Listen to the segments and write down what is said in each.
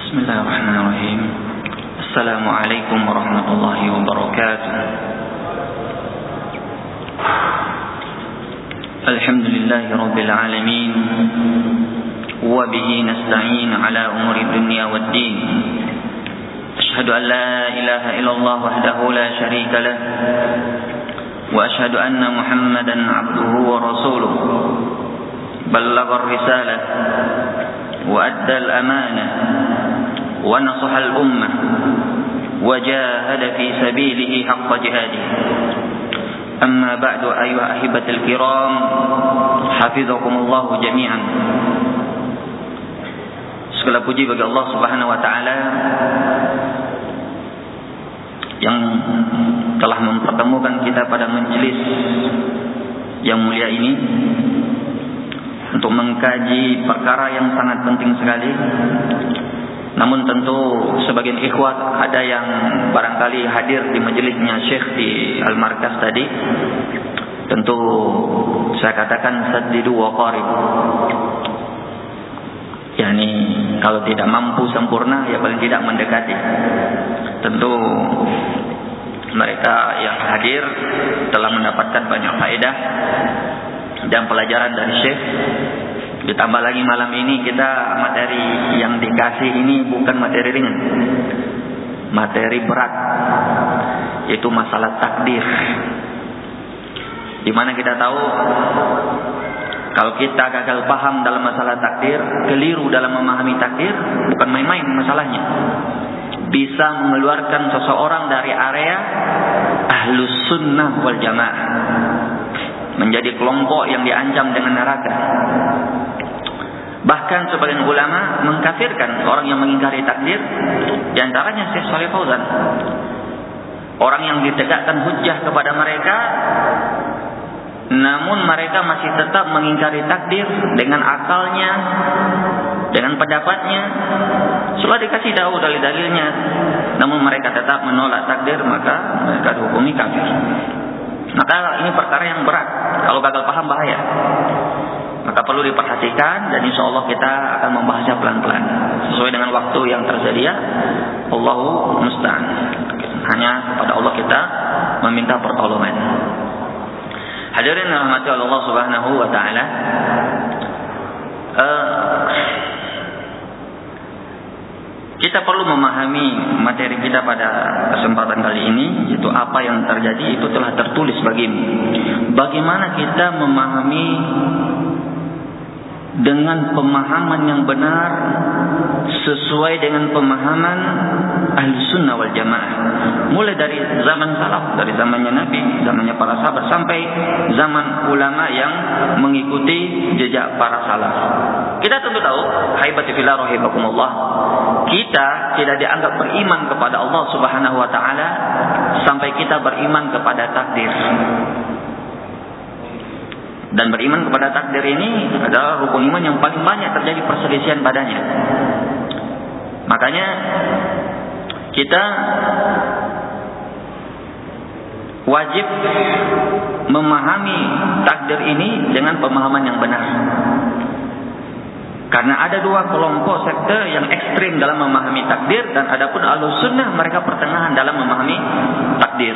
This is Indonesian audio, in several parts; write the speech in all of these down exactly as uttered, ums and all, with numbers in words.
Bismillahirrahmanirrahim. Assalamualaikum warahmatullahi wabarakatuh. Alhamdulillahi rabbil alamin. Wa bihi nasta'in ala umuri dunya waddin. Ashhadu an la ilaha illallah wahdahu la syarika lah. Wa ashhadu anna Muhammadan abduhu wa rasuluh. Ballagha ar-risalah wa adda al-amanah wa nasaha al-ummah wa jahada fi sabilihi haqqa jihadihi. Amma ba'du, ayyuha ahibatul kiram, hafizakumullah jami'an. Segala puji bagi Allah Subhanahu wa taala yang telah mempertemukan kita pada majelis yang mulia ini untuk mengkaji perkara yang sangat penting sekali. Namun tentu sebagian ikhwat ada yang barangkali hadir di majelisnya Syekh di Al-Markaz tadi. Tentu saya katakan saddidu wa qarib. Yani kalau tidak mampu sempurna, ya paling tidak mendekati. Tentu mereka yang hadir telah mendapatkan banyak faedah dan pelajaran dari Syekh. Ditambah lagi malam ini kita materi yang dikasih ini bukan materi ringan, materi berat, yaitu masalah takdir. Dimana kita tahu kalau kita gagal paham dalam masalah takdir, keliru dalam memahami takdir, bukan main-main masalahnya. Bisa mengeluarkan seseorang dari area ahlus sunnah wal jamaah, menjadi kelompok yang diancam dengan neraka. Bahkan sebagian ulama mengkafirkan orang yang mengingkari takdir, di antaranya Syekh Shalih Fauzan. Orang yang ditegakkan hujjah kepada mereka, namun mereka masih tetap mengingkari takdir dengan akalnya, dengan pendapatnya. Setelah dikasih tahu dalil-dalilnya, namun mereka tetap menolak takdir, maka mereka dihukumi kafir. Maka ini perkara yang berat. Kalau gagal paham bahaya. Maka perlu diperhatikan, dan insya Allah kita akan membahasnya pelan-pelan sesuai dengan waktu yang tersedia. Allahu musta'an. Hanya kepada Allah kita meminta pertolongan. Hadirin rahmati Allah Subhanahu wa taala. Uh, kita perlu memahami materi kita pada kesempatan kali ini, yaitu apa yang terjadi itu telah tertulis bagimu. Bagaimana kita memahami dengan pemahaman yang benar sesuai dengan pemahaman Ahlussunnah wal Jamaah, mulai dari zaman salaf, dari zamannya Nabi, zamannya para sahabat, sampai zaman ulama yang mengikuti jejak para salaf. Kita tentu tahu, haibati fillah rahimakumullah, kita tidak dianggap beriman kepada Allah Subhanahu wa taala sampai kita beriman kepada takdir. Dan beriman kepada takdir ini adalah rukun iman yang paling banyak terjadi perselisihan padanya. Makanya kita wajib memahami takdir ini dengan pemahaman yang benar. Karena ada dua kelompok sekte yang ekstrim dalam memahami takdir, dan adapun Ahlussunnah mereka pertengahan dalam memahami takdir.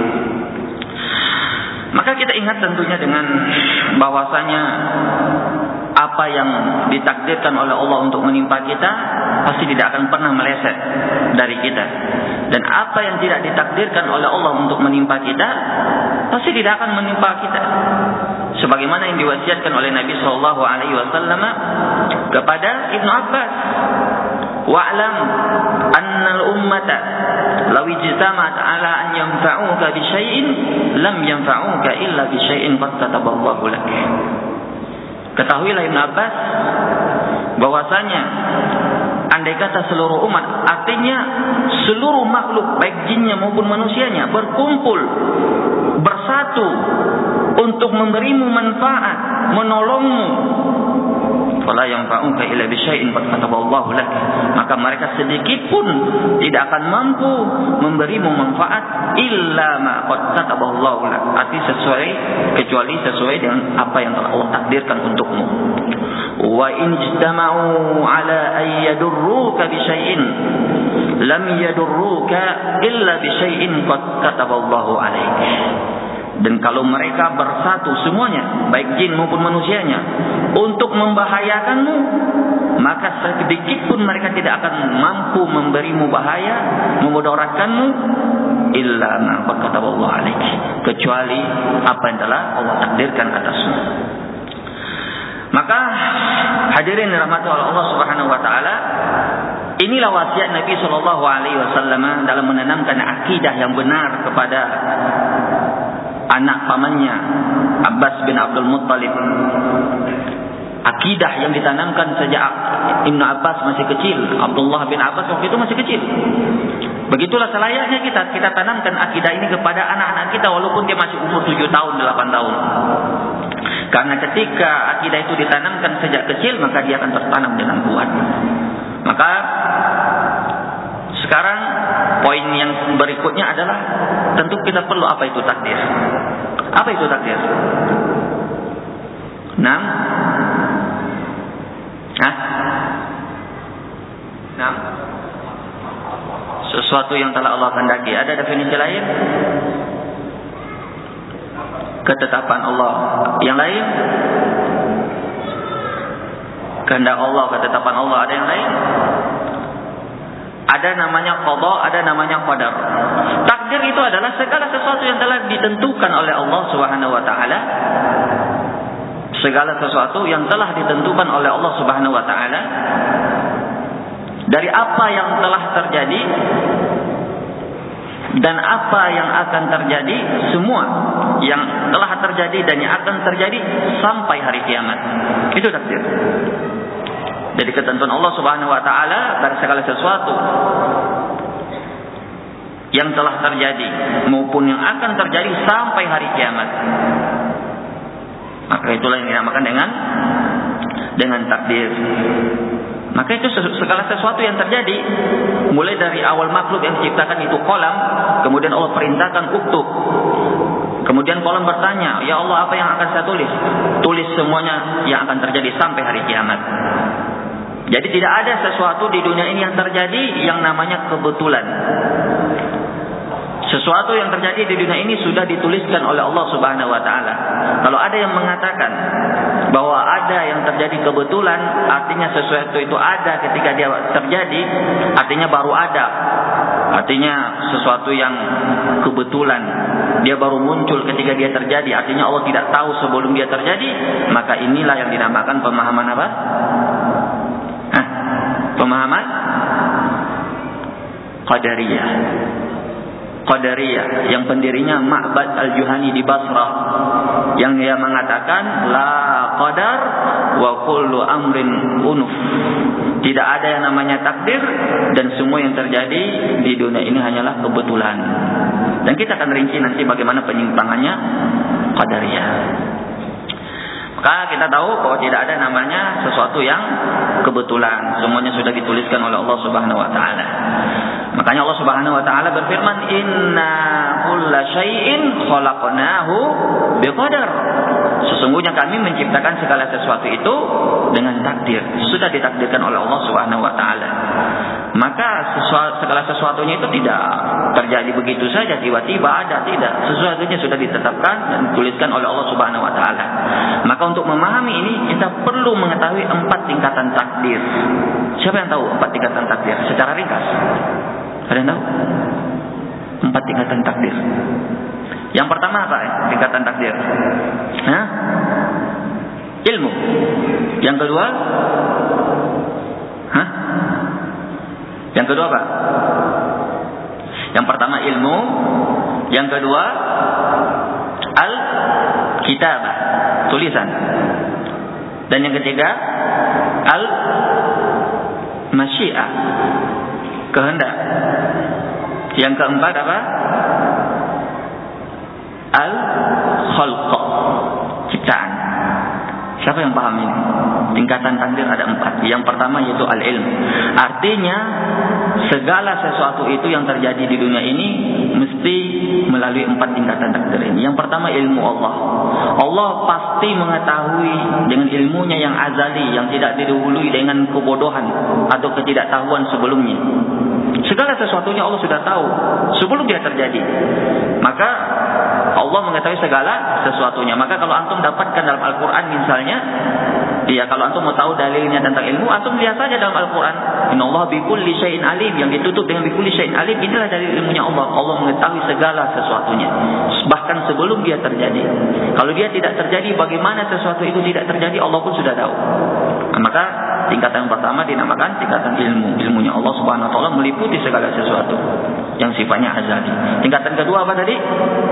Maka kita ingat tentunya dengan bahwasanya apa yang ditakdirkan oleh Allah untuk menimpa kita pasti tidak akan pernah meleset dari kita, dan apa yang tidak ditakdirkan oleh Allah untuk menimpa kita pasti tidak akan menimpa kita. Sebagaimana yang diwasiatkan oleh Nabi Shallallahu Alaihi Wasallam kepada Ibnu Abbas, wa'lam annal ummata law ijtama'at ala an yanfa'uka bi syai'in lam yanfa'uka illa bi syai'in qad kataballahu lak. Ketahuilah Ibnu Abbas bahwasanya andai kata seluruh umat, artinya seluruh makhluk baik jinnya maupun manusianya berkumpul bersatu untuk memberimu manfaat, menolongmu, fala yanfa'uka illa bi syai'in qad kataballahu lak. Maka mereka sedikit pun tidak akan mampu memberimu manfaat illa ma qad kataballahu lak, arti sesuai kecuali sesuai dengan apa yang telah Allah takdirkan untukmu. Wa in ijtama'u ala an yadurruka bi syai'in lam yadurruka illa bi syai'in qad kataballahu alaik. Dan kalau mereka bersatu semuanya, baik jin maupun manusianya, untuk membahayakanmu, maka sedikit pun mereka tidak akan mampu memberimu bahaya, memudaratkanmu, illa ma qad kataballahu alaik, kecuali apa yang telah Allah takdirkan atasmu. Maka hadirin dirahmati oleh Allah Subhanahu wa taala, inilah wasiat Nabi sallallahu alaihi wasallam dalam menanamkan akidah yang benar kepada anak pamannya Abbas bin Abdul Muttalib. Akidah yang ditanamkan sejak Ibnu Abbas masih kecil, Abdullah bin Abbas waktu itu masih kecil. Begitulah selayaknya kita kita tanamkan akidah ini kepada anak-anak kita walaupun dia masih umur tujuh tahun, delapan tahun. Karena ketika akidah itu ditanamkan sejak kecil, maka dia akan tertanam dengan kuat. Maka sekarang poin yang berikutnya adalah tentu kita perlu apa itu takdir. Apa itu takdir? Enam. Hah? Enam. Sesuatu yang telah Allah kehendaki. Ada definisi lain? Ketetapan Allah. Yang lain? Kehendak Allah, ketetapan Allah. Ada yang lain? Ada namanya qada, ada namanya qadar. Takdir itu adalah segala sesuatu yang telah ditentukan oleh Allah Subhanahu wa taala. Segala sesuatu yang telah ditentukan oleh Allah Subhanahu wa taala dari apa yang telah terjadi dan apa yang akan terjadi, semua yang telah terjadi dan yang akan terjadi sampai hari kiamat. Itu takdir. Jadi ketentuan Allah Subhanahu wa taala dari segala sesuatu yang telah terjadi maupun yang akan terjadi sampai hari kiamat. Maka itulah yang dinamakan dengan dengan takdir. Maka itu segala sesuatu yang terjadi mulai dari awal makhluk yang diciptakan itu kolam, kemudian Allah perintahkan uktub. Kemudian kolam bertanya, "Ya Allah, apa yang akan saya tulis?" Tulis semuanya yang akan terjadi sampai hari kiamat. Jadi tidak ada sesuatu di dunia ini yang terjadi yang namanya kebetulan. Sesuatu yang terjadi di dunia ini sudah dituliskan oleh Allah Subhanahu wa taala. Kalau ada yang mengatakan bahwa ada yang terjadi kebetulan, artinya sesuatu itu ada ketika dia terjadi, artinya baru ada. Artinya sesuatu yang kebetulan, dia baru muncul ketika dia terjadi, artinya Allah tidak tahu sebelum dia terjadi, maka inilah yang dinamakan pemahaman apa? Hah? Pemahaman Qadariyah. Qadariyah yang pendirinya Ma'bad Al-Juhani di Basrah, yang dia mengatakan la qadar wa kullu amrin unuf. Tidak ada yang namanya takdir dan semua yang terjadi di dunia ini hanyalah kebetulan. Dan kita akan rinci nanti bagaimana penyimpangannya Qadariyah. Maka kita tahu bahwa tidak ada namanya sesuatu yang kebetulan. Semuanya sudah dituliskan oleh Allah Subhanahu wa taala. Makanya Allah Subhanahu wa taala berfirman, "Inna kulla syai'in khalaqnahu biqadar." Sesungguhnya kami menciptakan segala sesuatu itu dengan takdir. Sudah ditakdirkan oleh Allah Subhanahu wa taala. Maka sesuatu, segala sesuatunya itu tidak terjadi begitu saja tiba-tiba ada, tidak. Sesuatunya sudah ditetapkan dan dituliskan oleh Allah Subhanahu wa taala. Maka untuk memahami ini kita perlu mengetahui empat tingkatan takdir. Siapa yang tahu empat tingkatan takdir secara ringkas? Ada yang tahu? Empat tingkatan takdir. Yang pertama apa? Tingkatan takdir. Hah? Ilmu. Yang kedua? Hah? Yang kedua apa? Yang pertama ilmu. Yang kedua al-kitabah, tulisan. Dan yang ketiga al-masyiah, kehendak. Yang keempat apa? Al-khalq, ciptaan. Siapa yang paham ini? Tingkatan takdir ada empat. Yang pertama yaitu al-ilm. Artinya segala sesuatu itu yang terjadi di dunia ini mesti melalui empat tingkatan takdir ini. Yang pertama ilmu Allah. Allah pasti mengetahui dengan ilmunya yang azali, yang tidak didahului dengan kebodohan atau ketidaktahuan sebelumnya. Segala sesuatunya Allah sudah tahu sebelum dia terjadi. Maka Allah mengetahui segala sesuatunya. Maka kalau antum dapatkan dalam Al-Quran misalnya, ya kalau antum mau tahu dalilnya tentang ilmu, antum lihat saja dalam Al-Quran. Innallaha bikulli syai'in alim, yang ditutup dengan bikulli syai'in alim, inilah dalil ilmunya Allah. Allah mengetahui segala sesuatunya, bahkan sebelum dia terjadi. Kalau dia tidak terjadi, bagaimana sesuatu itu tidak terjadi, Allah pun sudah tahu. Maka tingkatan yang pertama dinamakan tingkatan ilmu. Ilmunya Allah Subhanahu wa taala meliputi segala sesuatu yang sifatnya azali. Tingkatan kedua apa tadi?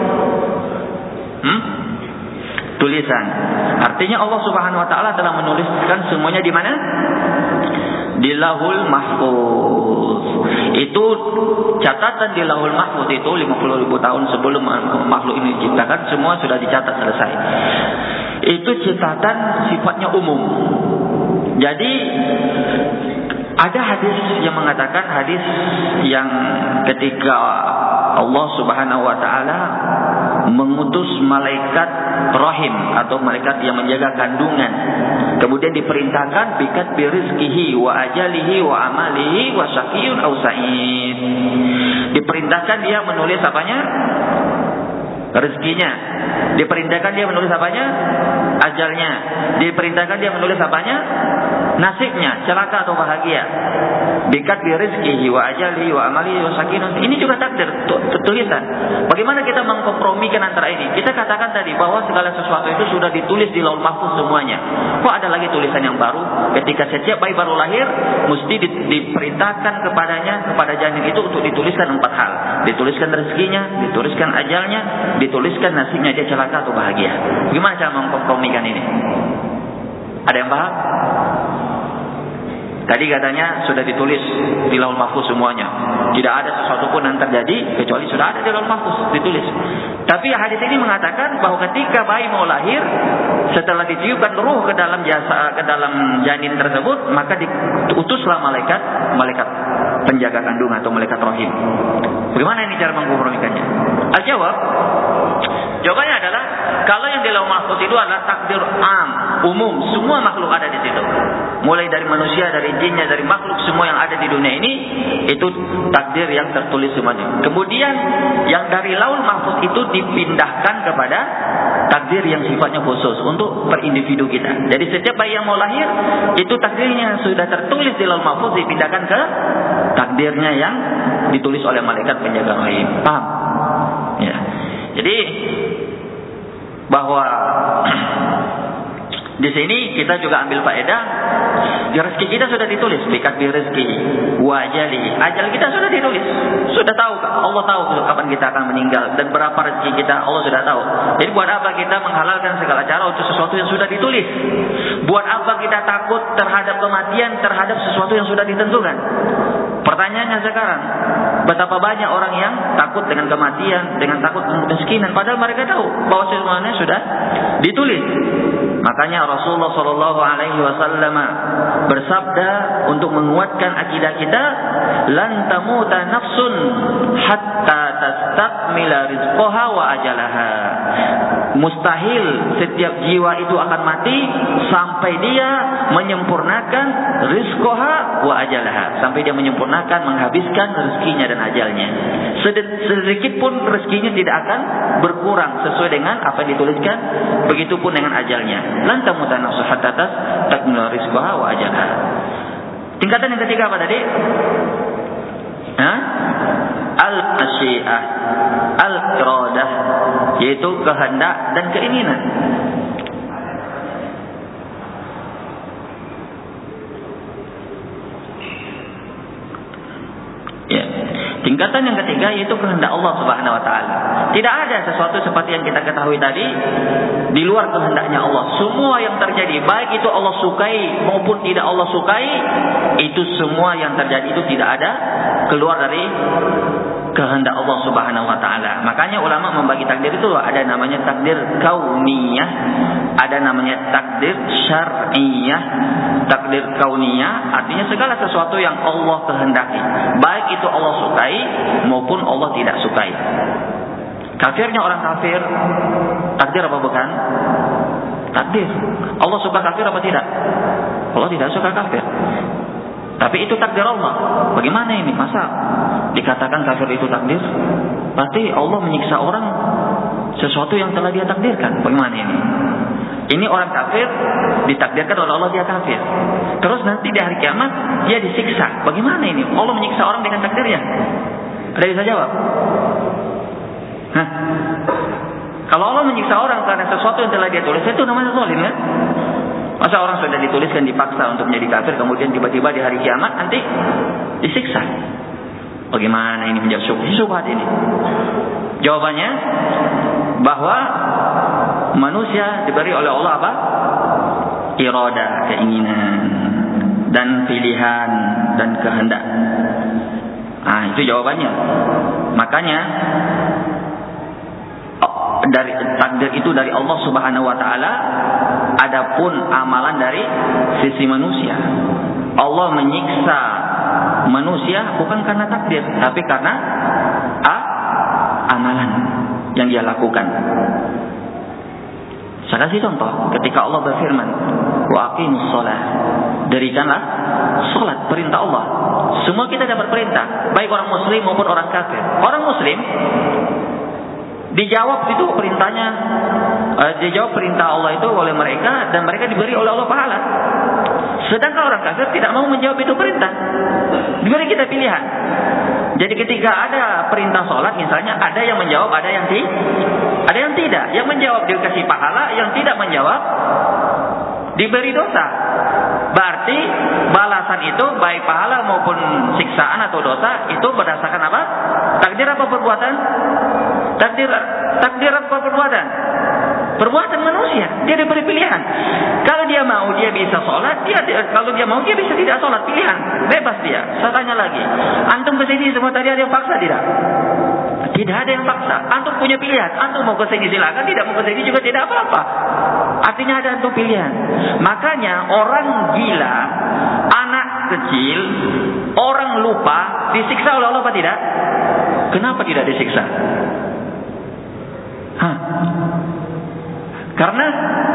Hmm? Tulisan. Artinya Allah Subhanahu wa taala telah menuliskan semuanya di mana? Di Lauhul Mahfuz. Itu catatan di Lauhul Mahfuz itu lima puluh ribu tahun sebelum makhluk ini diciptakan, semua sudah dicatat selesai. Itu catatan sifatnya umum. Jadi ada hadis yang mengatakan, hadis yang ketika Allah Subhanahu wa taala mengutus malaikat rahim atau malaikat yang menjaga kandungan, kemudian diperintahkan bikat birizkihi wa ajalihi wa amalihi wa syaqiyun aw sa'id. Diperintahkan dia menulis apanya? Rezekinya. Diperintahkan dia menulis apanya? Ajalnya. Diperintahkan dia menulis apanya? Nasibnya, celaka atau bahagia. Bikat bi rizqihi wa ajalihi wa amalihi wa sakinah. Ini juga takdir, tulisan. Bagaimana kita mengkompromikan antara ini? Kita katakan tadi bahwa segala sesuatu itu sudah ditulis di Lauhul Mahfuz semuanya. Kok ada lagi tulisan yang baru? Ketika setiap bayi baru lahir, mesti di, diperintahkan kepadanya, kepada janin itu untuk dituliskan empat hal. Dituliskan rezekinya, dituliskan ajalnya, dituliskan nasibnya, dia celaka atau bahagia. Bagaimana cara mengkompromikan ini? Ada yang paham? Tadi katanya sudah ditulis di Lauhul Mahfuz semuanya. Tidak ada sesuatu pun yang terjadi kecuali sudah ada di Lauhul Mahfuz ditulis. Tapi hadis ini mengatakan bahwa ketika bayi mau lahir, setelah ditiupkan ruh ke dalam jasa ke dalam janin tersebut, maka diutuslah malaikat, malaikat penjaga kandungan atau malaikat rahim. Bagaimana ini cara mengkompromikannya? Al-jawab, jawabannya adalah kalau yang di Lauhul Mahfuz itu adalah takdir am, umum, semua makhluk ada di situ. Mulai dari manusia, dari jinnya, dari makhluk semua yang ada di dunia ini, itu takdir yang tertulis semuanya. Kemudian yang dari Lauhul Mahfuz itu dipindahkan kepada takdir yang sifatnya khusus untuk per individu kita. Jadi setiap bayi yang mau lahir, itu takdirnya sudah tertulis di Lauhul Mahfuz, dipindahkan ke takdirnya yang ditulis oleh malaikat penjaga rahim. Paham? Ya. Jadi bahwa di sini kita juga ambil faedah, rezeki kita sudah ditulis, bikat bi rezeki, wajali, ajal kita sudah ditulis, sudah tahu, Allah tahu kapan kita akan meninggal dan berapa rezeki kita, Allah sudah tahu. Jadi buat apa kita menghalalkan segala cara untuk sesuatu yang sudah ditulis? Buat apa kita takut terhadap kematian, terhadap sesuatu yang sudah ditentukan? Pertanyaannya sekarang, betapa banyak orang yang takut dengan kematian, dengan takut kemiskinan, padahal mereka tahu bahwa semuanya sudah ditulis. Makanya Rasulullah Shallallahu Alaihi Wasallam bersabda untuk menguatkan akidah kita, lan tamuta nafsun hatta tastakmila rizqaha wa ajalaha. Mustahil setiap jiwa itu akan mati sampai dia menyempurnakan rizqaha wa ajalaha, sampai dia menyempurnakan, menghabiskan rezekinya dan ajalnya. Sedikit pun rezekinya tidak akan berkurang sesuai dengan apa yang dituliskan, begitupun dengan ajalnya. Lan tamuta nafsun hatta tastakmila rizqaha wa ajalaha. Tingkatan yang ketiga apa tadi? Hah? Al-masyiah, al-iradah, yaitu kehendak dan keinginan. Ya. Tingkatan yang ketiga yaitu kehendak Allah Subhanahu wa taala. Tidak ada sesuatu seperti yang kita ketahui tadi di luar kehendaknya Allah. Semua yang terjadi, baik itu Allah sukai maupun tidak Allah sukai, itu semua yang terjadi itu tidak ada keluar dari kehendak Allah Subhanahu wa taala. Makanya ulama membagi takdir itu ada namanya takdir kauniyah, ada namanya takdir syar'iyah. Takdir kauniyah artinya segala sesuatu yang Allah kehendaki, baik itu Allah sukai maupun Allah tidak sukai. Kafirnya orang kafir, takdir apa bukan? Takdir. Allah suka kafir apa tidak? Allah tidak suka kafir. Tapi itu takdir Allah. Bagaimana ini? Masa dikatakan kafir itu takdir? Berarti Allah menyiksa orang sesuatu yang telah dia takdirkan. Bagaimana ini? Ini orang kafir ditakdirkan oleh Allah dia kafir. Terus nanti di hari kiamat dia disiksa. Bagaimana ini? Allah menyiksa orang dengan takdirnya. Ada yang bisa jawab? Hah? Kalau Allah menyiksa orang karena sesuatu yang telah dia tulis, itu namanya zalim kan? Masa orang sudah dituliskan dipaksa untuk menjadi kafir, kemudian tiba-tiba di hari kiamat nanti disiksa? Bagaimana ini menjawab syubhat ini? Jawabannya bahwa manusia diberi oleh Allah apa? Irada, keinginan dan pilihan dan kehendak. Ah, itu jawabannya. Makanya dari takdir itu dari Allah Subhanahu wa taala, adapun amalan dari sisi manusia. Allah menyiksa manusia bukan karena takdir, tapi karena ah, amalan yang dia lakukan. Saya kasih contoh ketika Allah berfirman, "Wa aqimus shalah." Dirikanlah salat, perintah Allah. Semua kita dapat perintah, baik orang muslim maupun orang kafir. Orang muslim dijawab itu perintahnya, uh, dijawab perintah Allah itu oleh mereka dan mereka diberi oleh Allah pahala. Sedangkan orang kafir tidak mau menjawab itu perintah. Diberi kita pilihan. Jadi ketika ada perintah sholat misalnya, ada yang menjawab, ada yang ti, ada yang tidak. Yang menjawab dikasih pahala, yang tidak menjawab diberi dosa. Berarti balasan itu baik pahala maupun siksaan atau dosa itu berdasarkan apa? Takdir apa perbuatan? Takdir, takdir apa perbuatan? Perbuatan manusia. Dia diberi pilihan. Kalau dia mau dia bisa sholat, dia kalau dia mau dia bisa tidak sholat. Pilihan, bebas dia. Saya tanya lagi, antum kesini semua tadi ada yang paksa tidak? Tidak ada yang paksa. Antum punya pilihan. Antum mau kesini silakan, tidak mau kesini juga tidak apa-apa. Artinya ada antum pilihan. Makanya orang gila, anak kecil, orang lupa disiksa oleh Allah apa tidak? Kenapa tidak disiksa? Hah? Karena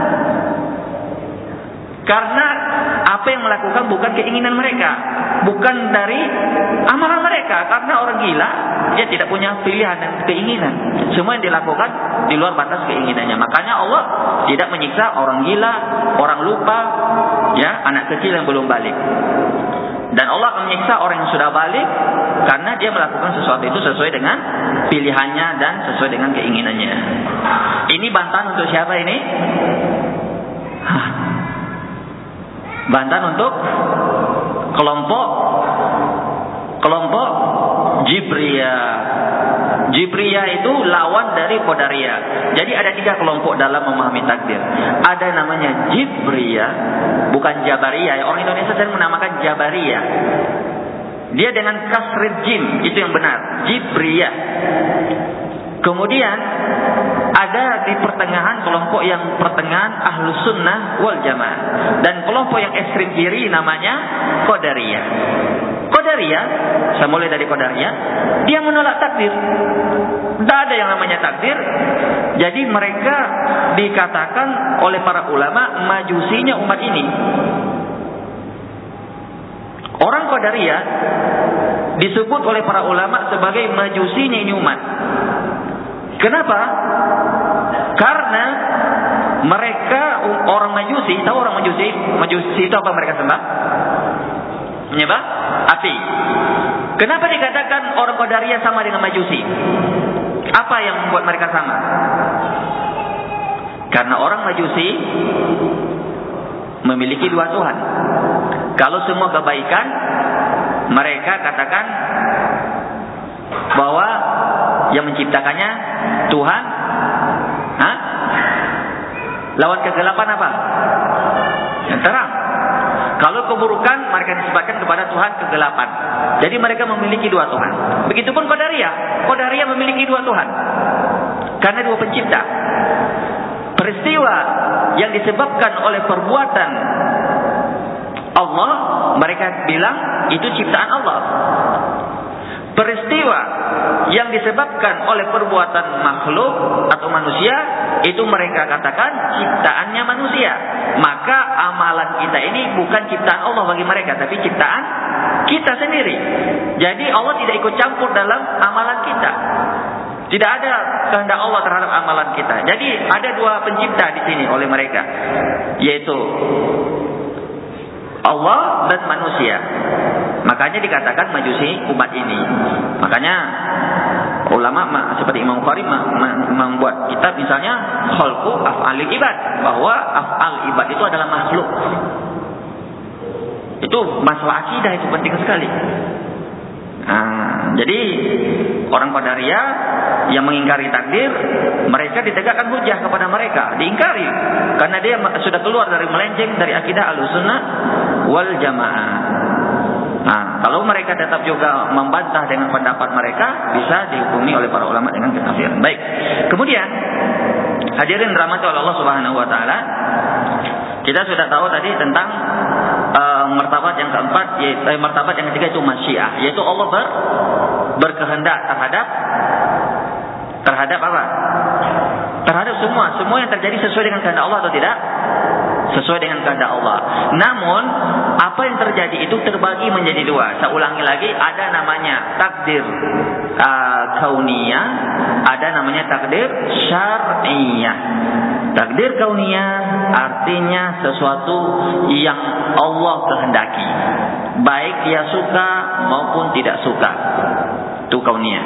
karena apa yang melakukan bukan keinginan mereka, bukan dari amalan mereka. Karena orang gila dia tidak punya pilihan dan keinginan. Semua yang dilakukan di luar batas keinginannya. Makanya Allah tidak menyiksa orang gila, orang lupa, ya, anak kecil yang belum balik. Dan Allah akan menyiksa orang yang sudah balik karena dia melakukan sesuatu itu sesuai dengan pilihannya dan sesuai dengan keinginannya. Ini bantahan untuk siapa ini? Hah. Bantahan untuk kelompok kelompok Jibriyah. Jibriyah itu lawan dari Qadariyah. Jadi ada tiga kelompok dalam memahami takdir. Ada namanya Jibriyah, bukan Jabariyah. Orang Indonesia sering menamakan Jabariyah. Dia dengan kasrid jim, itu yang benar. Jibriyah. Kemudian ada di pertengahan kelompok yang pertengahan Ahlus Sunnah wal Jamaah. Dan kelompok yang ekstrim kiri namanya Qadariyah. Qadariyah, saya mulai dari Qadariyah, dia menolak takdir. Tidak ada yang namanya takdir. Jadi mereka dikatakan oleh para ulama majusinya umat ini. Orang Qadariyah disebut oleh para ulama sebagai majusinya ini umat. Kenapa? Karena mereka orang majusi, tahu orang majusi? Majusi itu apa mereka sembah? Menyembah api. Kenapa dikatakan orang Qadariyah sama dengan majusi? Apa yang membuat mereka sama? Karena orang majusi memiliki dua Tuhan. Kalau semua kebaikan mereka katakan bahwa yang menciptakannya Tuhan. Hah? Lawan kegelapan apa? Yang terang. Kalau keburukan mereka nisbatkan kepada Tuhan kegelapan. Jadi mereka memiliki dua Tuhan. Begitupun Qadariyah. Qadariyah memiliki dua Tuhan. Karena dua pencipta. Peristiwa yang disebabkan oleh perbuatan Allah, mereka bilang itu ciptaan Allah. Peristiwa yang disebabkan oleh perbuatan makhluk atau manusia, itu mereka katakan ciptaannya manusia. Maka amalan kita ini bukan ciptaan Allah bagi mereka, tapi ciptaan kita sendiri. Jadi Allah tidak ikut campur dalam amalan kita. Tidak ada kehendak Allah terhadap amalan kita. Jadi ada dua pencipta di sini oleh mereka, yaitu Allah dan manusia. Makanya dikatakan majusi umat ini. Makanya ulama seperti Imam Bukhari membuat kitab misalnya khalqu af'alil ibad, bahwa af'al ibad itu adalah makhluk. Itu masalah akidah, itu penting sekali. Nah, jadi orang Qadariyah yang mengingkari takdir, mereka ditegakkan hujah kepada mereka, diingkari karena dia sudah keluar dari melenceng dari akidah Ahlussunnah wal Jamaah. Nah, kalau mereka tetap juga membantah dengan pendapat mereka, bisa dihukumi oleh para ulama dengan kekafiran. Baik. Kemudian hadirin rahmati oleh Allah Subhanahu wa taala, kita sudah tahu tadi tentang uh, martabat yang keempat, yaitu eh, martabat yang ketiga itu masyiah, yaitu Allah ber, berkehendak terhadap terhadap apa? Terhadap semua, semua yang terjadi sesuai dengan kehendak Allah atau tidak? Sesuai dengan kehendak Allah. Namun apa yang terjadi itu terbagi menjadi dua. Saya ulangi lagi, ada namanya takdir uh, kauniyah, ada namanya takdir syar'iyah. Takdir kauniyah artinya sesuatu yang Allah kehendaki, baik dia suka maupun tidak suka. Itu kauniyah.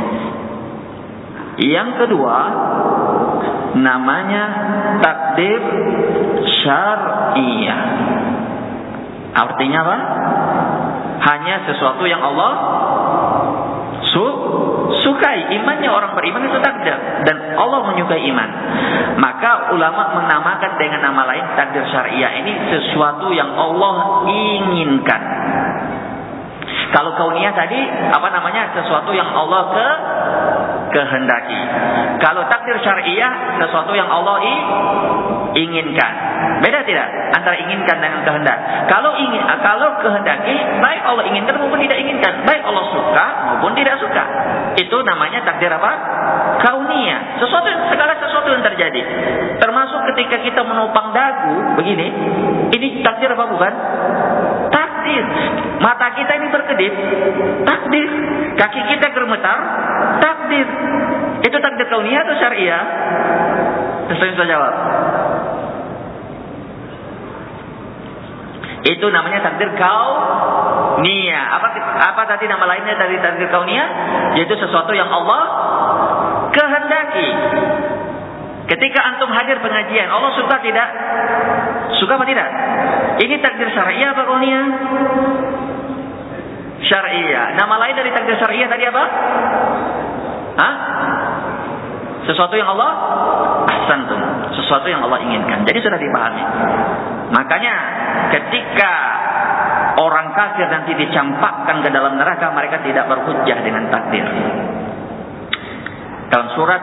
Yang kedua namanya takdir syar'iyah. Artinya apa? Hanya sesuatu yang Allah su sukai. Imannya orang beriman itu takdir, dan Allah menyukai iman. Maka ulama menamakan dengan nama lain takdir syar'iyah ini sesuatu yang Allah inginkan. Kalau kauniyah tadi apa namanya? Sesuatu yang Allah ke kehendaki. Kalau takdir syar'iyah sesuatu yang Allah i, inginkan. Beda tidak antara inginkan dengan kehendak? Kalau ingin, kalau kehendaki, baik Allah inginkan maupun tidak inginkan, baik Allah suka maupun tidak suka. Itu namanya takdir apa? Kauniyah. Sesuatu, segala sesuatu yang terjadi. Termasuk ketika kita menopang dagu begini, ini takdir apa bukan? Takdir. Mata kita ini berkedip, takdir. Kaki kita gemetar, takdir. Itu takdir kauniyah atau syariah? Terus saya bisa jawab. Itu namanya takdir kauniyah. Apa apa tadi nama lainnya dari takdir kauniyah? Yaitu sesuatu yang Allah kehendaki. Ketika antum hadir pengajian, Allah suka tidak? Suka apa tidak? Ini takdir syariah apa kauniyah? Syariah. Nama lain dari takdir syariah tadi apa? Hah? Sesuatu yang Allah ahsantum, sesuatu yang Allah inginkan. Jadi sudah dipahami. Makanya ketika orang kafir nanti dicampakkan ke dalam neraka, mereka tidak berhujjah dengan takdir. Dalam surat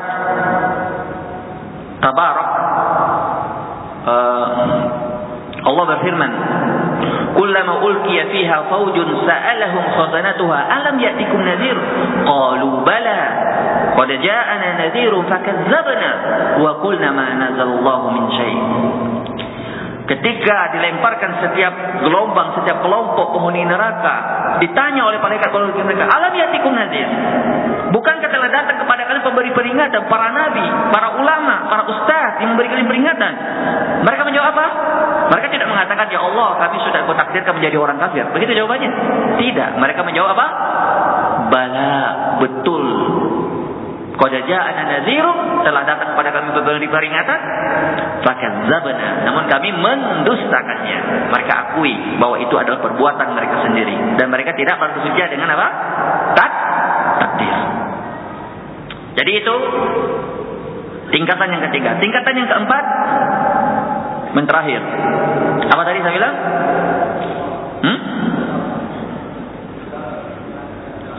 Tabarak uh, Allah berfirman, "Kullama ulqiya fiha fawjun sa'alahum khazanatuha alam ya'tikum nadhir qalu bala qad ja'ana nadhirun fakadzdzabna wa qulna ma nazalallahu min syai'." Ketika dilemparkan setiap gelombang, setiap kelompok penghuni neraka, ditanya oleh malaikat penghuni neraka, "Alam ya'tikum nadhir?" Bukankah telah datang kepada kalian pemberi peringatan, para nabi, para ulama, para ustaz yang memberi kalian peringatan? Mereka menjawab apa? Mereka tidak mengatakan, "Ya Allah, kami sudah kau takdirkan menjadi orang kafir." Begitu jawabannya? Tidak. Mereka menjawab apa? Bala, betul. Qad ja'ana nadhirun, telah datang kepada kami pemberi peringatan, fakadzdzabna, namun kami mendustakannya. Mereka akui bahwa itu adalah perbuatan mereka sendiri, dan mereka tidak berhujjah dengan apa? Tak takdir. Jadi itu tingkatan yang ketiga. Tingkatan yang keempat, menterakhir. Apa tadi saya bilang?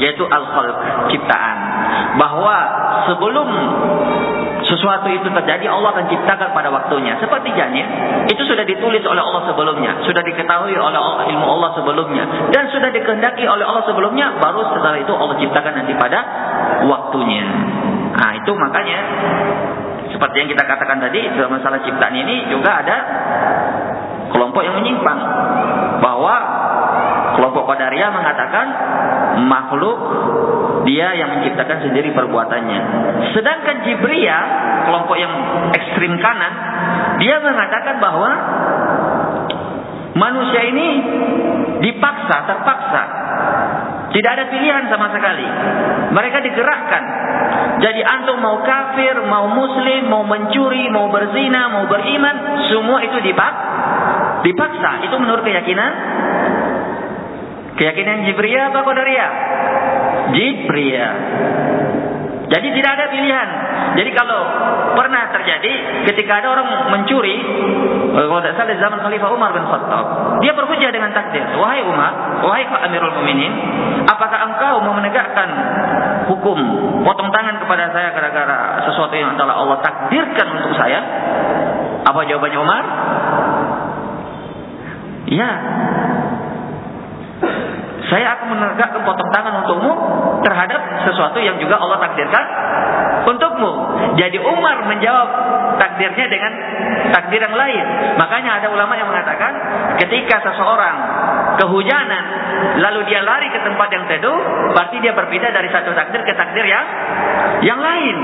yaitu al-khalq, ciptaan. Bahwa sebelum sesuatu itu terjadi, Allah akan ciptakan pada waktunya. Seperti janin, itu sudah ditulis oleh Allah sebelumnya, sudah diketahui oleh Allah, ilmu Allah sebelumnya, dan sudah dikehendaki oleh Allah sebelumnya. Baru setelah itu Allah ciptakan nanti pada waktunya. Nah itu makanya seperti yang kita katakan tadi, dalam masalah ciptaan ini juga ada kelompok yang menyimpang, bahwa kelompok Qadariyah mengatakan makhluk dia yang menciptakan sendiri perbuatannya. Sedangkan Jibriyah, kelompok yang ekstrim kanan, dia mengatakan bahwa manusia ini dipaksa, terpaksa. Tidak ada pilihan sama sekali. Mereka digerakkan. Jadi antum mau kafir, mau muslim, mau mencuri, mau berzina, mau beriman, semua itu dipak dipaksa. Itu menurut keyakinan keyakinan Jibriyah apa Qadariyah? Jibriyah. Jadi tidak ada pilihan. Jadi kalau pernah terjadi ketika ada orang mencuri, kalau tidak salah zaman Khalifah Umar bin Khattab, dia berhujjah dengan takdir. Wahai Umar, wahai Amirul Mukminin, apakah engkau mau menegakkan hukum potong tangan kepada saya gara-gara sesuatu yang telah Allah takdirkan untuk saya? Apa jawabannya Umar? Ya. Saya akan menegakkan potong tangan untukmu terhadap sesuatu yang juga Allah takdirkan untukmu. Jadi Umar menjawab takdirnya dengan takdir yang lain. Makanya ada ulama yang mengatakan ketika seseorang kehujanan lalu dia lari ke tempat yang teduh, berarti dia berpindah dari satu takdir ke takdir yang yang lain.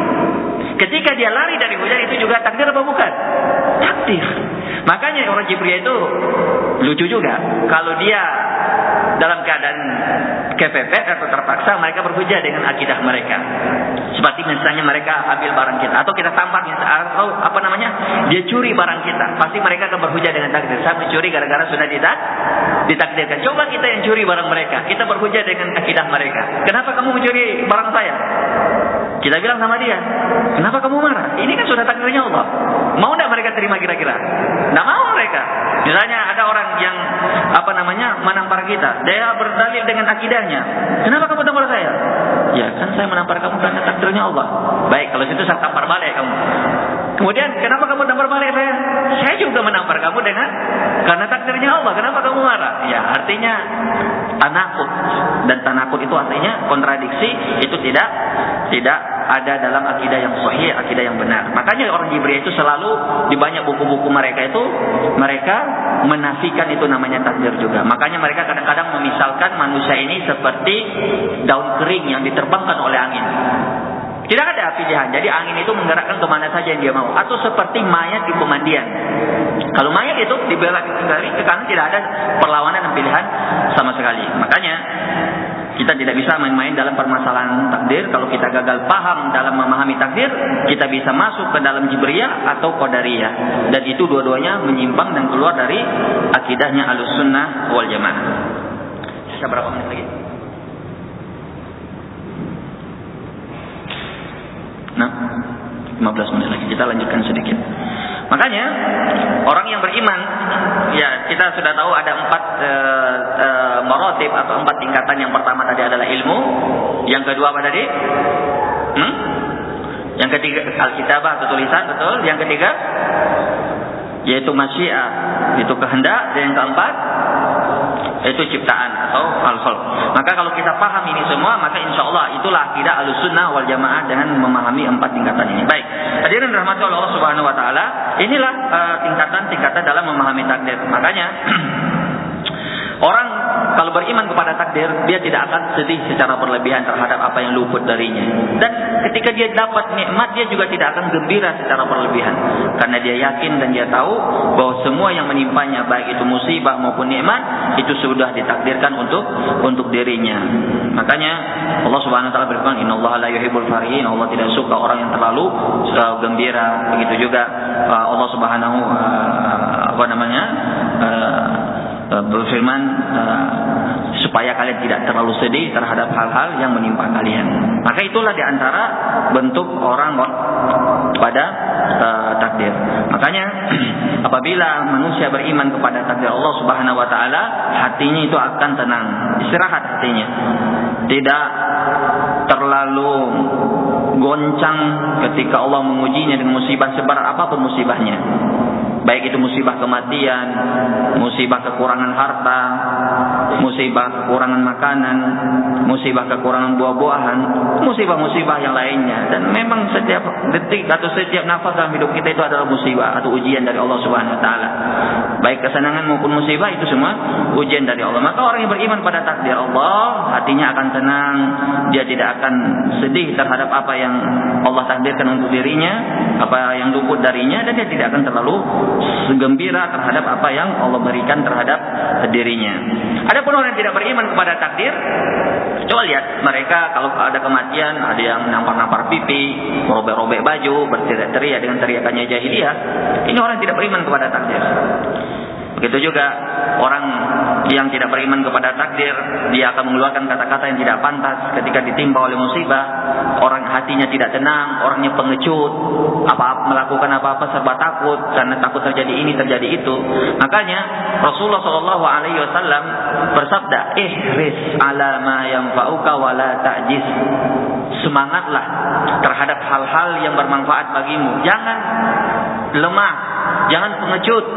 Ketika dia lari dari hujan, itu juga takdir apa bukan? Takdir. Makanya orang Jibriyah itu lucu juga. Kalau dia dalam keadaan kepepet atau terpaksa, mereka berhujjah dengan akidah mereka. Seperti misalnya mereka ambil barang kita, atau kita tampar, atau apa namanya, dia curi barang kita. Pasti mereka akan berhujjah dengan takdir. Saya mencuri gara-gara sudah ditak ditakdirkan. Coba kita yang curi barang mereka, kita berhujjah dengan akidah mereka. Kenapa kamu mencuri barang saya? Kita bilang sama dia, kenapa kamu marah? Ini kan sudah takdirnya Allah. Mau tidak mereka terima kira-kira? Tidak mau mereka. Misalnya ada orang yang apa namanya menampar kita, dia berdalil dengan akidahnya. Kenapa kamu tampar saya? Ya kan saya menampar kamu karena takdirnya Allah. Baik, kalau itu saya tampar balik kamu. Kemudian kenapa kamu tampar balik saya? Saya juga menampar kamu dengan karena takdirnya Allah. Kenapa kamu marah? Ya artinya tanakut, dan tanakut itu artinya kontradiksi. Itu tidak tidak ada dalam akidah yang sahih, akidah yang benar. Makanya orang Jibriyah itu selalu di banyak buku-buku mereka itu mereka menafikan itu namanya takdir juga. Makanya mereka kadang-kadang memisalkan manusia ini seperti daun kering yang diterbangkan oleh angin. Tidak ada pilihan. Jadi angin itu menggerakkan kemana saja yang dia mau. Atau seperti mayat di pemandian. Kalau mayat itu dibelak ke kanan, tidak ada perlawanan dan pilihan sama sekali. Makanya kita tidak bisa main-main dalam permasalahan takdir. Kalau kita gagal paham dalam memahami takdir, kita bisa masuk ke dalam Jibriyah atau Qadariyah. Dan itu dua-duanya menyimpang dan keluar dari akidahnya Ahlussunnah wal Jamaah. Sisa berapa menit lagi? Nah, lima belas menit lagi. Kita lanjutkan sedikit. Makanya orang yang beriman, ya kita sudah tahu ada empat e, e, maratib atau empat tingkatan. Yang pertama tadi adalah ilmu. Yang kedua apa tadi? Hmm? Yang ketiga Alkitabah atau tulisan, betul. Yang ketiga yaitu masyiah, itu kehendak. Dan yang keempat itu ciptaan atau al-khalq. Maka kalau kita paham ini semua, maka insya Allah itulah akidah Ahlussunnah wal Jamaah dengan memahami empat tingkatan ini. Baik, hadirin rahmati Allah Subhanahu wa taala, inilah uh, tingkatan-tingkatan dalam memahami takdir. Makanya orang kalau beriman kepada takdir, dia tidak akan sedih secara berlebihan terhadap apa yang luput darinya. Dan ketika dia dapat nikmat, dia juga tidak akan gembira secara berlebihan. Karena dia yakin dan dia tahu bahwa semua yang menimpanya, baik itu musibah maupun nikmat, itu sudah ditakdirkan untuk untuk dirinya. Makanya Allah Subhanahu wa taala berfirman, "Innallaha la yuhibbul farihin." Allah tidak suka orang yang terlalu uh, gembira. Begitu juga uh, Allah Subhanahu uh, apa namanya? Uh, berfirman uh, supaya kalian tidak terlalu sedih terhadap hal-hal yang menimpa kalian. Maka itulah diantara bentuk orang pada uh, takdir. Makanya apabila manusia beriman kepada takdir Allah Subhanahu wa taala, hatinya itu akan tenang, istirahat hatinya. tidak terlalu goncang ketika Allah mengujinya dengan musibah seberat apapun musibahnya. Baik itu musibah kematian, musibah kekurangan harta, musibah kekurangan makanan, musibah kekurangan buah-buahan, musibah-musibah yang lainnya. Dan memang setiap detik atau setiap nafas dalam hidup kita itu adalah musibah atau ujian dari Allah Subhanahu wa taala. Baik kesenangan maupun musibah itu semua ujian dari Allah. Maka orang yang beriman pada takdir Allah, hatinya akan tenang, dia tidak akan sedih terhadap apa yang Allah takdirkan untuk dirinya, apa yang luput darinya, dan dia tidak akan terlalu gembira terhadap apa yang Allah berikan terhadap dirinya. Adapun orang yang tidak beriman kepada takdir, coba lihat mereka kalau ada kematian, ada yang nampar-nampar pipi, robek-robek baju, berteriak-teriak dengan teriakannya jahiliyah. Ini orang yang tidak beriman kepada takdir. Begitu juga orang yang tidak beriman kepada takdir, dia akan mengeluarkan kata-kata yang tidak pantas ketika ditimpa oleh musibah. Orang hatinya tidak tenang, orangnya pengecut, apa melakukan apa-apa serba takut karena takut terjadi ini terjadi itu. Makanya Rasulullah Shallallahu Alaihi Wasallam bersabda, ihris ala ma yanfa'uka wa la ta'jiz. Semangatlah terhadap hal-hal yang bermanfaat bagimu. Jangan lemah, jangan pengecut.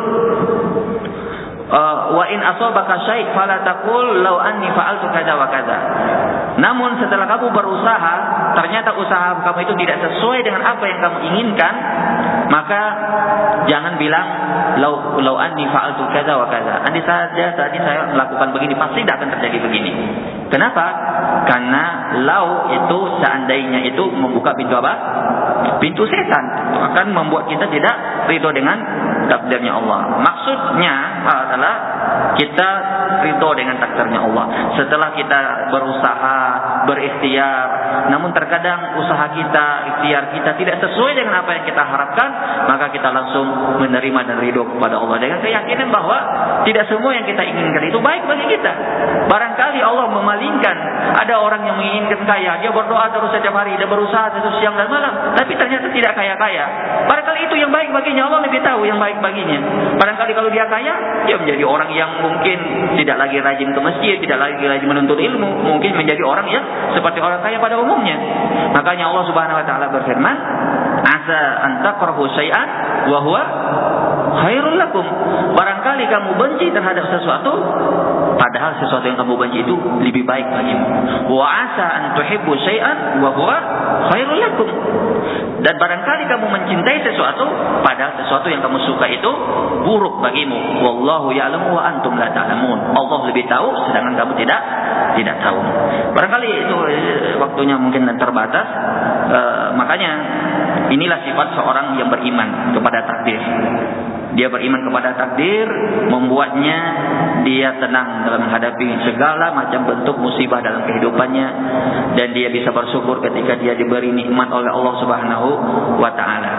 Uh, wa in asabaka syai' fala taqul law anni fa'altu kadza wa kadza. Namun setelah kamu berusaha, ternyata usaha kamu itu tidak sesuai dengan apa yang kamu inginkan, maka jangan bilang law law anni fa'altu kadza wa kadza. Andai saja tadi saya melakukan begini, pasti tidak akan terjadi begini. Kenapa? Karena law itu seandainya itu membuka pintu apa? Pintu setan. Itu akan membuat kita tidak ridho dengan takdirnya Allah. Maksudnya adalah kita ridho dengan takdirnya Allah. Setelah kita berusaha, berikhtiar, namun terkadang usaha kita, ikhtiar kita tidak sesuai dengan apa yang kita harapkan, maka kita langsung menerima dan ridho kepada Allah dengan keyakinan bahwa tidak semua yang kita inginkan itu baik bagi kita. Barangkali Allah memalingkan. Ada orang yang menginginkan kaya, dia berdoa terus setiap hari, dia berusaha terus siang dan malam, tapi ternyata tidak kaya-kaya. Barangkali itu yang baik baginya, Allah lebih tahu yang baik baginya. Barangkali kalau dia kaya, dia menjadi orang yang mungkin tidak lagi rajin ke masjid, tidak lagi rajin menuntut ilmu, mungkin menjadi orang yang seperti orang kaya pada umumnya. Makanya Allah Subhanahu wa taala berfirman, asa an takrahu syai'an wa huwa khairul lakum. Barangkali kamu benci terhadap sesuatu, padahal sesuatu yang kamu benci itu lebih baik bagimu. Wa asa an tuhibbu syai'an wa huwa khairul lakum. Dan barangkali kamu mencintai sesuatu, padahal sesuatu yang kamu suka itu buruk bagimu. Wallahu ya'lamu wa antum la ta'lamun. Allah lebih tahu, sedangkan kamu tidak tidak tahu. Barangkali itu waktunya mungkin terbatas. E, makanya inilah sifat seorang yang beriman kepada takdir. Dia beriman kepada takdir, membuatnya dia tenang dalam menghadapi segala macam bentuk musibah dalam kehidupannya, dan dia bisa bersyukur ketika dia diberi nikmat oleh Allah Subhanahu wa taala.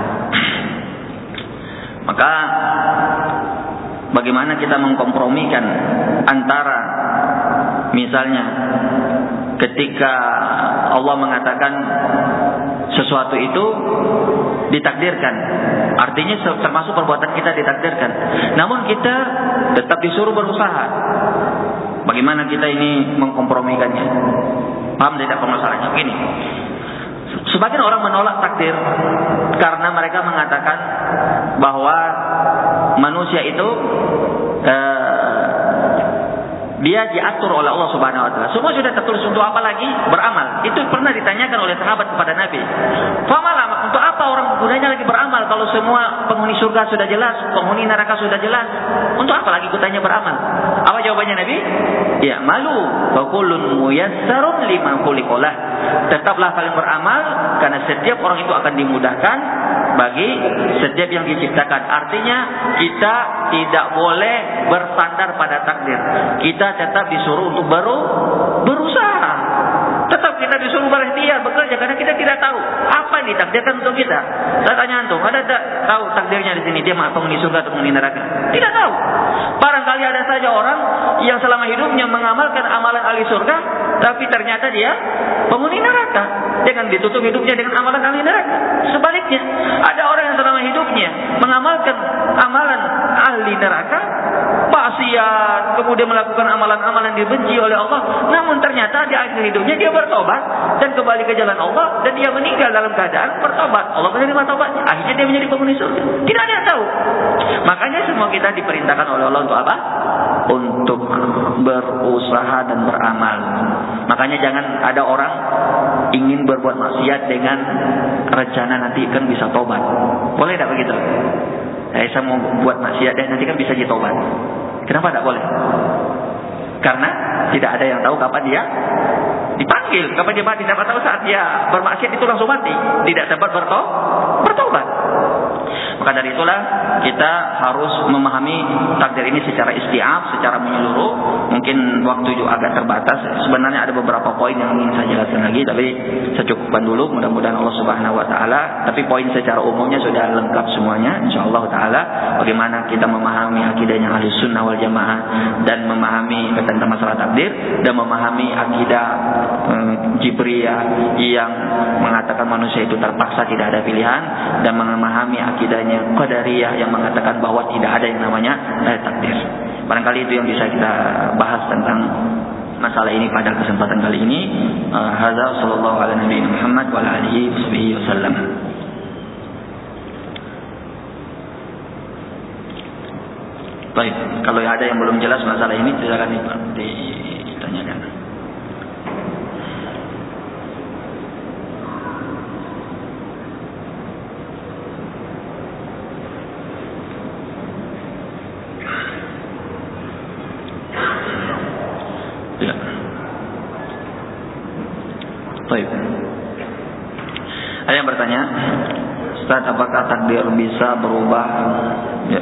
Maka bagaimana kita mengkompromikan antara misalnya ketika Allah mengatakan sesuatu itu ditakdirkan, artinya termasuk perbuatan kita ditakdirkan, namun kita tetap disuruh berusaha. Bagaimana kita ini mengkompromikannya? Paham tidak permasalahannya? Begini, sebagian orang menolak takdir karena mereka mengatakan bahwa manusia itu eh, dia diatur oleh Allah Subhanahu wa taala. Semua sudah tertulis, untuk apa lagi beramal? Itu pernah ditanyakan oleh sahabat kepada Nabi. Famalah, untuk apa orang gunanya lagi beramal kalau semua penghuni surga sudah jelas, penghuni neraka sudah jelas? Untuk apa lagi kutanya beramal? Apa jawabannya Nabi? Ya, malu wa kullun muyassarun lima khuliqalah. Tetaplah kalian beramal karena setiap orang itu akan dimudahkan bagi setiap yang diciptakan. Artinya kita tidak boleh bersandar pada takdir. Kita tetap disuruh untuk baru berusaha. Tetap kita disuruh berikhtiar bekerja karena kita tidak tahu apa yang ditakdirkan untuk kita. Saya tanya antum, ada tak tahu takdirnya di sini dia penghuni surga atau penghuni neraka? Tidak tahu. Barangkali ada saja orang yang selama hidupnya mengamalkan amalan ahli surga, tapi ternyata dia penghuni neraka dengan ditutup hidupnya dengan amalan ahli neraka. Sebaliknya, ada orang yang selama hidupnya mengamalkan amalan ahli neraka, maksiat, kemudian melakukan amalan-amalan dibenci oleh Allah, namun ternyata di akhir hidupnya dia bertobat dan kembali ke jalan Allah dan dia meninggal dalam keadaan bertobat. Allah menerima tobatnya, akhirnya dia menjadi penghuni surga. Tidak ada yang tahu. Makanya semua kita diperintahkan oleh Allah untuk apa? Untuk berusaha dan beramal. Makanya jangan ada orang ingin berbuat maksiat dengan rencana nanti kan bisa tobat. Boleh tidak begitu? Saya mau buat maksiat dan nanti kan bisa ditobat. Kenapa tidak boleh? Karena tidak ada yang tahu kapan dia dipanggil, kapan dia mati. Siapa tahu saat dia bermaksiat itu langsung mati, tidak sempat bertobat. Maka dari itulah kita harus memahami takdir ini secara isti'ab, secara menyeluruh. Mungkin waktu juga agak terbatas. Sebenarnya ada beberapa poin yang ingin saya jelaskan lagi, tapi saya cukupkan dulu. Mudah-mudahan Allah Subhanahu Wa Taala. Tapi poin secara umumnya sudah lengkap semuanya, InsyaAllah Taala. Bagaimana kita memahami akidahnya Ahli Sunnah wal Jamaah dan memahami tentang masalah takdir dan memahami akidah eh, Jibriyah yang mengatakan manusia itu terpaksa tidak ada pilihan, dan memahami akidahnya Qadariyah yang mengatakan bahwa tidak ada yang namanya eh, takdir. Barangkali itu yang bisa kita bahas tentang masalah ini pada kesempatan kali ini. Uh, Hadza sallallahu ala nabiyina Muhammad wa ala alihi wasallam. Baik, kalau ada yang belum jelas masalah ini silakan ditanyakan. Ya. Baik. Ada yang bertanya, Ustaz, apakah takdir bisa berubah? Ya.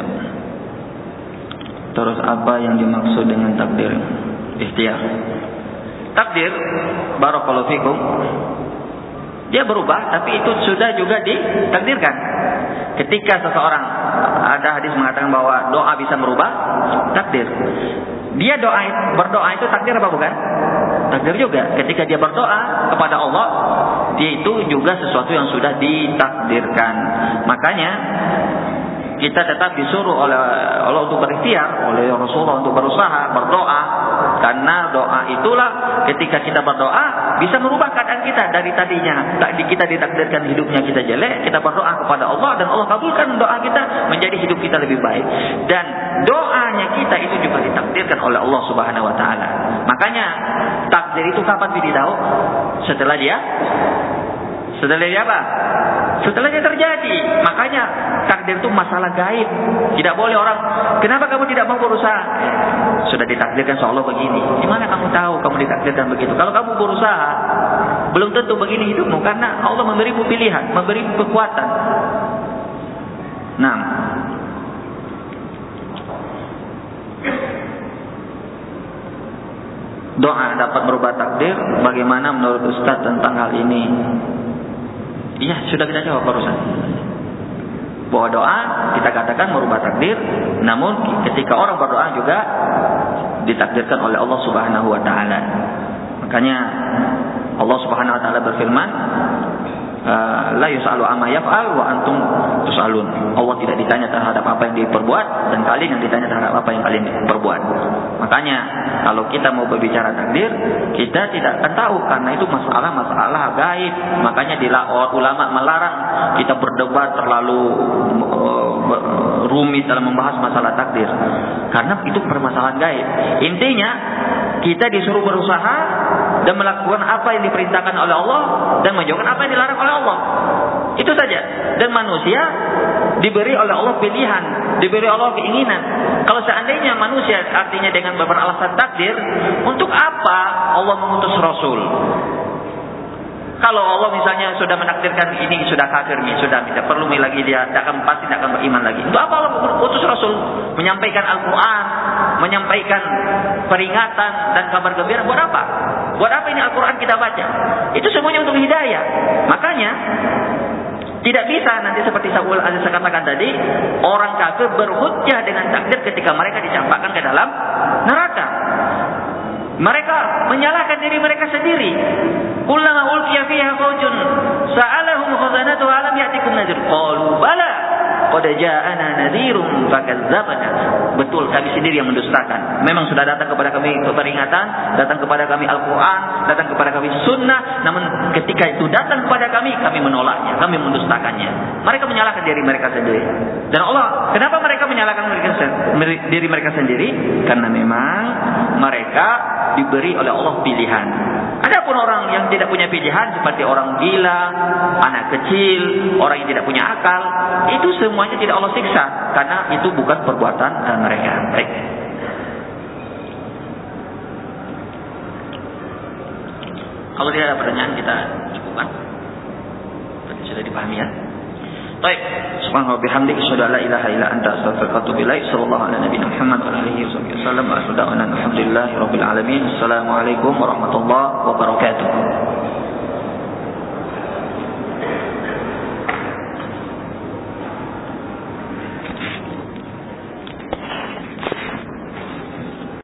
Terus apa yang dimaksud dengan takdir? Ikhtiar. Takdir, barakallahu fikum, dia berubah, tapi itu sudah juga ditakdirkan. Ketika seseorang, ada hadis mengatakan bahwa doa bisa merubah takdir. Dia doa, berdoa itu takdir apa bukan? Takdir juga. Ketika dia berdoa kepada Allah, dia itu juga sesuatu yang sudah ditakdirkan. Makanya kita tetap disuruh oleh Allah untuk berikhtiar, oleh Rasulullah untuk berusaha, berdoa. Karena doa itulah ketika kita berdoa bisa merubah keadaan kita dari tadinya. Tadi kita ditakdirkan hidupnya kita jelek, kita berdoa kepada Allah dan Allah kabulkan doa kita menjadi hidup kita lebih baik. Dan doanya kita itu juga ditakdirkan oleh Allah Subhanahu Wa Taala. Makanya takdir itu kapan diberitahu? Setelah dia, setelah dia apa? Setelah dia terjadi. Makanya takdir itu masalah gaib. Tidak boleh orang, kenapa kamu tidak mau berusaha? Sudah ditakdirkan seolah begini. Gimana kamu tahu kamu ditakdirkan begitu? Kalau kamu berusaha, belum tentu begini hidupmu. Karena Allah memberimu pilihan, memberimu kekuatan. Nah, doa dapat berubah takdir. Bagaimana menurut Ustaz tentang hal ini? Iya, sudah kita jawab barusan. Bahwa doa kita katakan merubah takdir, namun ketika orang berdoa juga ditakdirkan oleh Allah Subhanahu Wa Taala. Makanya Allah Subhanahu Wa Taala berfirman, la yus'alu amma yaf'al wa antum tus'alun. Allah tidak ditanya terhadap apa yang diperbuat dan kalian yang ditanya terhadap apa yang kalian perbuat. Makanya kalau kita mau berbicara takdir, kita tidak akan tahu karena itu masalah-masalah gaib. Makanya ulama melarang kita berdebat terlalu uh, rumit dalam membahas masalah takdir. Karena itu permasalahan gaib. Intinya kita disuruh berusaha dan melakukan apa yang diperintahkan oleh Allah dan menjauhkan apa yang dilarang oleh Allah. Itu saja. Dan manusia diberi oleh Allah pilihan, diberi Allah keinginan. Kalau seandainya manusia artinya dengan beralasan takdir, untuk apa Allah mengutus Rasul? Kalau Allah misalnya sudah menakdirkan ini sudah kafir nih, sudah tidak perlu lagi dia, tidak akan pasti tidak akan beriman lagi. Untuk apa Allah mengutus Rasul menyampaikan Al-Quran menyampaikan peringatan dan kabar gembira. Buat apa? Buat apa ini Al-Quran kita baca? Itu semuanya untuk hidayah. Makanya tidak bisa nanti seperti saya katakan tadi, orang kafir berhujjah dengan takdir ketika mereka dicampakkan ke dalam neraka. Mereka menyalahkan diri mereka sendiri. Kullama ulqiya fiha fawjun sa'alahum khazanatuha alam ya'tikum nadhir qalu bala qad ja'ana nadhirun fakadzdzabna. Betul, kami sendiri yang mendustakan. Memang sudah datang kepada kami peringatan, datang kepada kami Al-Quran, datang kepada kami Sunnah. Namun ketika itu datang kepada kami, kami menolaknya, kami mendustakannya. Mereka menyalahkan diri mereka sendiri. Dan Allah, kenapa mereka menyalahkan diri mereka sendiri? Karena memang mereka diberi oleh Allah pilihan. Adapun orang yang tidak punya pilihan seperti orang gila, anak kecil, orang yang tidak punya akal, itu semuanya tidak Allah siksa karena itu bukan perbuatan uh, mereka. Baik. Kalau tidak ada pertanyaan kita cukupkan. Berarti sudah dipahami ya. Baik. Subhanallah bihamdihi asyhadu an la ilaha illa anta astaghfiruka wa atubu ilaik. Sallallahu ala nabiyina Muhammad wa alihi wasallam. Alhamdulillahi rabbil alamin. Assalamualaikum warahmatullahi wabarakatuh.